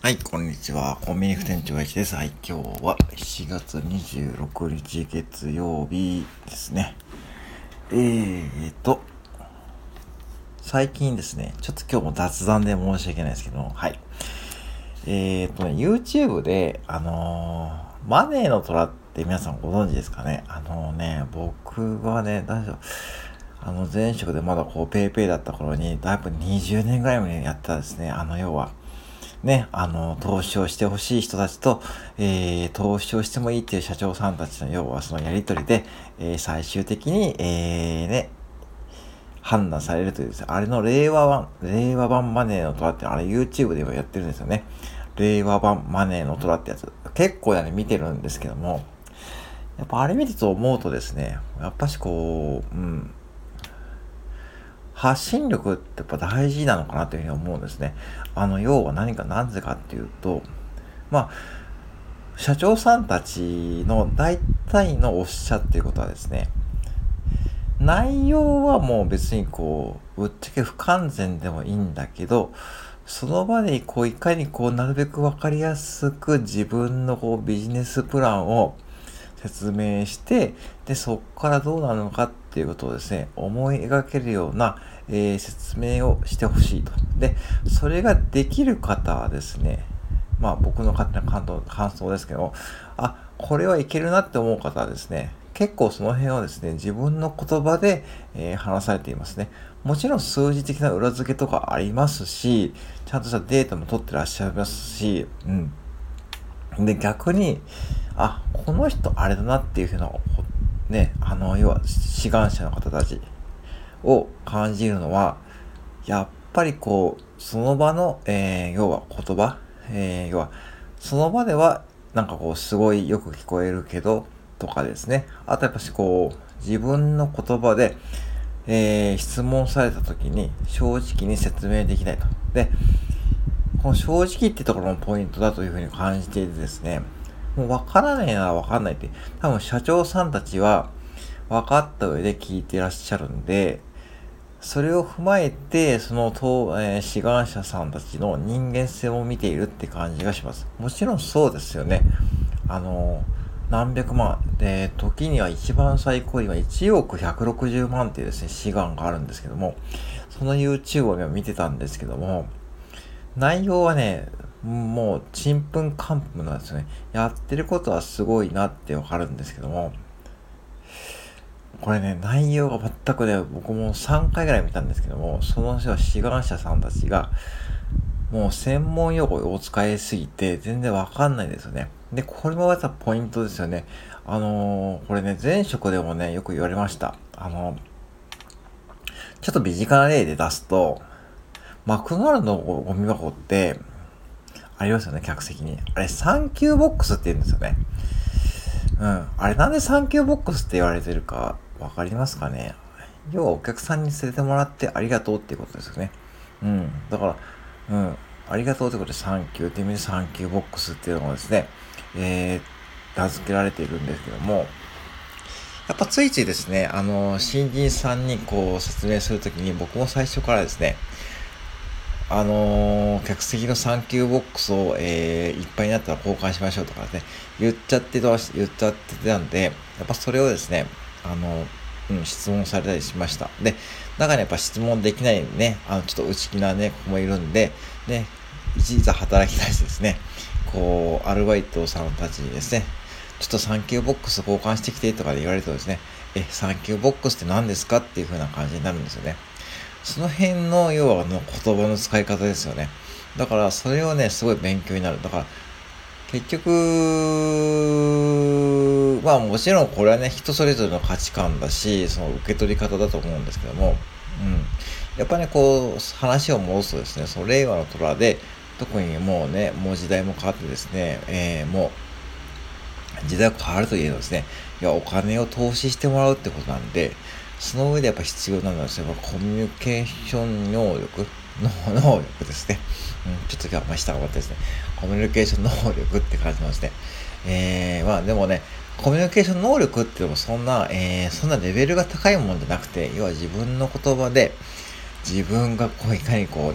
はい、こんにちは。コンビニ副店長Hです。はい、今日は7月26日月曜日ですね。最近ですね、ちょっと今日も雑談で申し訳ないですけど、はい。YouTube で、マネーの虎って皆さんご存知ですかね。僕はね、何でしょう。前職でまだペイペイだった頃に、だいぶ20年ぐらい前にやってたですね。要は、ね、投資をしてほしい人たちと、投資をしてもいいっていう社長さんたちの要はそのやりとりで、最終的に、判断されるというですね、あれの令和版マネーの虎ってあれ YouTube でもやってるんですよね。令和版マネーの虎ってやつ。結構見てるんですけども、やっぱあれ見てと思うとですね、やっぱし発信力ってやっぱ大事なのかなというふうに思うんですね。要はなぜかっていうと、まあ、社長さんたちの大体のおっしゃっていることはですね、内容はもう別にぶっちゃけ不完全でもいいんだけど、その場でいかになるべくわかりやすく自分のビジネスプランを説明して、で、そこからどうなるのかっていうことをですね、思い描けるような、説明をしてほしいと。で、それができる方はですね、僕の勝手な感想ですけど、これはいけるなって思う方はですね、結構その辺をですね、自分の言葉で、話されていますね。もちろん数字的な裏付けとかありますし、ちゃんとしたデータも取ってらっしゃいますし、で、逆に、この人あれだなっていうふうな、ね、要は志願者の方たちを感じるのは、やっぱりその場の、要は言葉、要は、その場では、すごいよく聞こえるけど、とかですね。あとやっぱし自分の言葉で、質問された時に正直に説明できないと。で、この正直ってところのポイントだというふうに感じていてですね、もう分からないなら分かんないって、多分社長さんたちは分かった上で聞いていらっしゃるんで、それを踏まえて、志願者さんたちの人間性を見ているって感じがします。もちろんそうですよね。何百万。で、時には一番最高には1億160万っていうですね、志願があるんですけども、その YouTube を見てたんですけども、内容はね、もう、ちんぷんかんぷんなんですよね。やってることはすごいなってわかるんですけども、これね、内容が全くね、僕も3回ぐらい見たんですけども、その志願者さんたちが、もう専門用語を使いすぎて、全然わかんないですよね。で、これもまたポイントですよね。これね、前職でもね、よく言われました。ちょっと身近な例で出すと、マクドナルドのゴミ箱って、ありますよね、客席に。あれ、サンキューボックスって言うんですよね。あれ、なんでサンキューボックスって言われてるか、わかりますかね。要はお客さんに捨ててもらってありがとうっていうことですよね。だから、ありがとうってことでサンキューって意味でサンキューボックスっていうのがですね、名付けられているんですけども、やっぱついついですね、新人さんに説明するときに僕も最初からですね、客席のサンキューボックスを、いっぱいになったら交換しましょうとかね、言っちゃってたんで、やっぱそれをですね、質問されたりしました。で、中にやっぱ質問できないね、ちょっと内気なね、子もいるんで、ね、一時働きたいしですね、アルバイトさんたちにですね、ちょっとサンキューボックス交換してきてとかで言われるとですね、サンキューボックスって何ですかっていう風な感じになるんですよね。その辺の、要は言葉の使い方ですよね。だから、それをね、すごい勉強になる。だから、結局、もちろんこれはね、人それぞれの価値観だし、その受け取り方だと思うんですけども、やっぱね、話を戻すとですね、その令和の虎で、特にもうね、もう時代も変わってですね、もう、時代が変わるといえばですね、お金を投資してもらうってことなんで、その上でやっぱ必要なのはですね、コミュニケーション能力能力ですね。ちょっと今日は下が終わったですね。コミュニケーション能力って感じなんですね。でもね、コミュニケーション能力っていうのもそんなレベルが高いもんじゃなくて、要は自分の言葉で、自分がいかに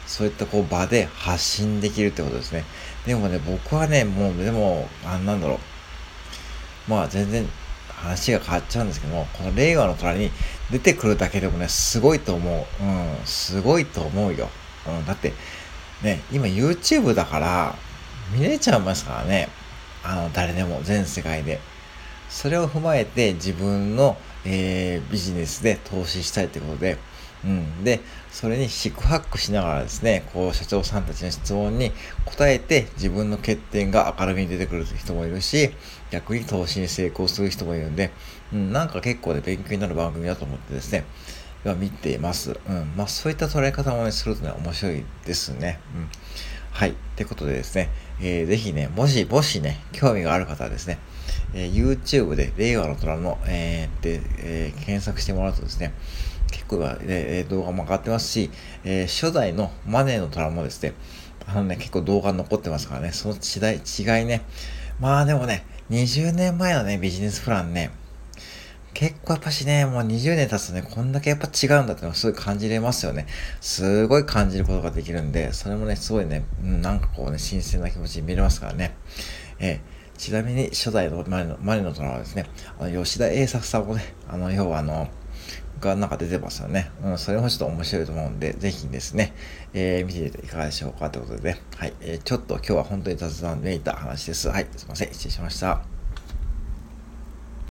そういったこう場で発信できるってことですね。でもね、僕はね、もう、でも、なんだろう。まあ全然話が変わっちゃうんですけども、この令和の虎に出てくるだけでもね、すごいと思う。すごいと思うよ。だって、ね、今 YouTube だから、見れちゃいますからね。誰でも、全世界で。それを踏まえて自分の、ビジネスで投資したいということで、で、それに四苦八苦しながらですね、こう、社長さんたちの質問に答えて自分の欠点が明るみに出てくる人もいるし、逆に投資に成功する人もいるんで、なんか結構ね、勉強になる番組だと思ってですね、見ています。そういった捉え方もね、するとね、面白いですね。はい。ってことでですね、ぜひね、もしね、興味がある方はですね、YouTube で令和の虎の、検索してもらうとですね、結構動画も上がってますし、初代のマネーの虎もですね、結構動画残ってますからね、その違いね。まあでもね、20年前のね、ビジネスプランね、結構やっぱしね、もう20年経つとね、こんだけやっぱ違うんだってのがすごい感じれますよね。すごい感じることができるんで、それもね、すごいね、なんかこうね、新鮮な気持ちに見れますからね。ちなみに初代のマリの虎はですね、吉田栄作さんもね、要はがなんか出てますよね。それもちょっと面白いと思うんで、ぜひですね、見てみていかがでしょうかということでね。はい。ちょっと今日は本当に雑談めいた話です。はい。すいません。失礼しました。